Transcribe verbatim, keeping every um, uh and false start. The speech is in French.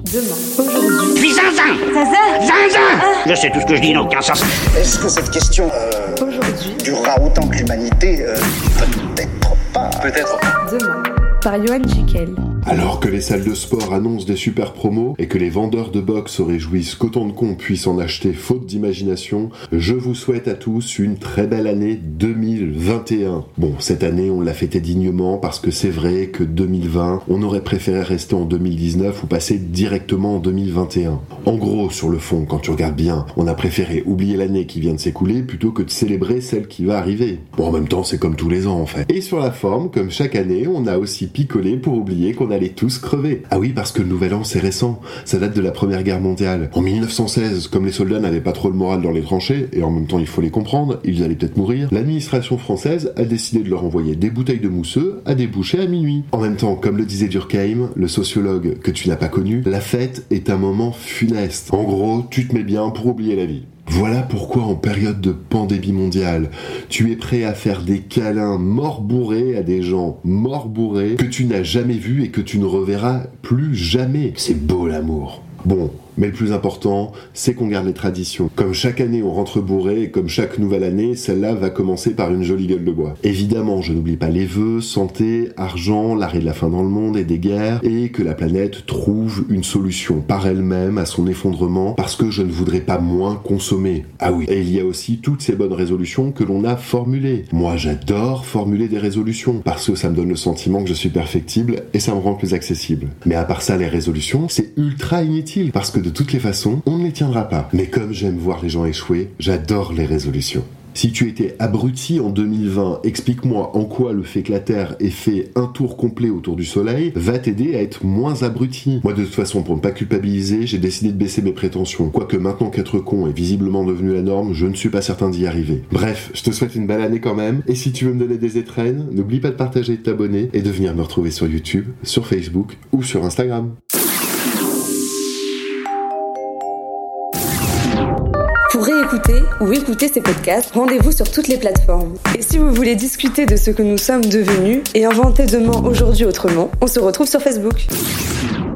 Demain, aujourd'hui. Je suis zinzin Zinzin Zinzin ah. Je sais tout ce que je dis n'a aucun sens. Est-ce que cette question euh, Aujourd'hui. durera autant que l'humanité euh, Peut-être pas. Peut-être. Demain, par Johan Jekyll. Alors que les salles de sport annoncent des super promos et que les vendeurs de box se réjouissent qu'autant de cons puissent en acheter faute d'imagination, je vous souhaite à tous une très belle année deux mille vingt et un. Bon, cette année on l'a fêté dignement parce que c'est vrai que deux mille vingt, on aurait préféré rester en deux mille dix-neuf ou passer directement en deux mille vingt et un. En gros, sur le fond, quand tu regardes bien, on a préféré oublier l'année qui vient de s'écouler plutôt que de célébrer celle qui va arriver. Bon, en même temps, c'est comme tous les ans en fait. Et sur la forme, comme chaque année, on a aussi picolé pour oublier qu'on allait tous crever. Ah oui, parce que le nouvel an c'est récent, ça date de la Première Guerre mondiale. En mille neuf cent seize, comme les soldats n'avaient pas trop le moral dans les tranchées, et en même temps il faut les comprendre, ils allaient peut-être mourir, l'administration française a décidé de leur envoyer des bouteilles de mousseux à déboucher à minuit. En même temps, comme le disait Durkheim, le sociologue que tu n'as pas connu, la fête est un moment funeste. En gros, tu te mets bien pour oublier la vie. Voilà pourquoi en période de pandémie mondiale, tu es prêt à faire des câlins morts bourrés à des gens morts bourrés que tu n'as jamais vus et que tu ne reverras plus jamais. C'est beau l'amour. Bon, mais le plus important, c'est qu'on garde les traditions. Comme chaque année on rentre bourré, et comme chaque nouvelle année, celle-là va commencer par une jolie gueule de bois. Évidemment, je n'oublie pas les vœux, santé, argent, l'arrêt de la faim dans le monde et des guerres, et que la planète trouve une solution par elle-même à son effondrement, parce que je ne voudrais pas moins consommer. Ah oui, et il y a aussi toutes ces bonnes résolutions que l'on a formulées. Moi, j'adore formuler des résolutions, parce que ça me donne le sentiment que je suis perfectible, et ça me rend plus accessible. Mais à part ça, les résolutions, c'est ultra inutile, parce que de toutes les façons, on ne les tiendra pas. Mais comme j'aime voir les gens échouer, j'adore les résolutions. Si tu étais abruti en deux mille vingt, explique-moi en quoi le fait que la Terre ait fait un tour complet autour du Soleil va t'aider à être moins abruti. Moi, de toute façon, pour ne pas culpabiliser, j'ai décidé de baisser mes prétentions. Quoique maintenant qu'être con est visiblement devenu la norme, je ne suis pas certain d'y arriver. Bref, je te souhaite une belle année quand même. Et si tu veux me donner des étrennes, n'oublie pas de partager et de t'abonner et de venir me retrouver sur YouTube, sur Facebook ou sur Instagram. Pour réécouter ou écouter ces podcasts, rendez-vous sur toutes les plateformes. Et si vous voulez discuter de ce que nous sommes devenus et inventer demain, aujourd'hui autrement, on se retrouve sur Facebook.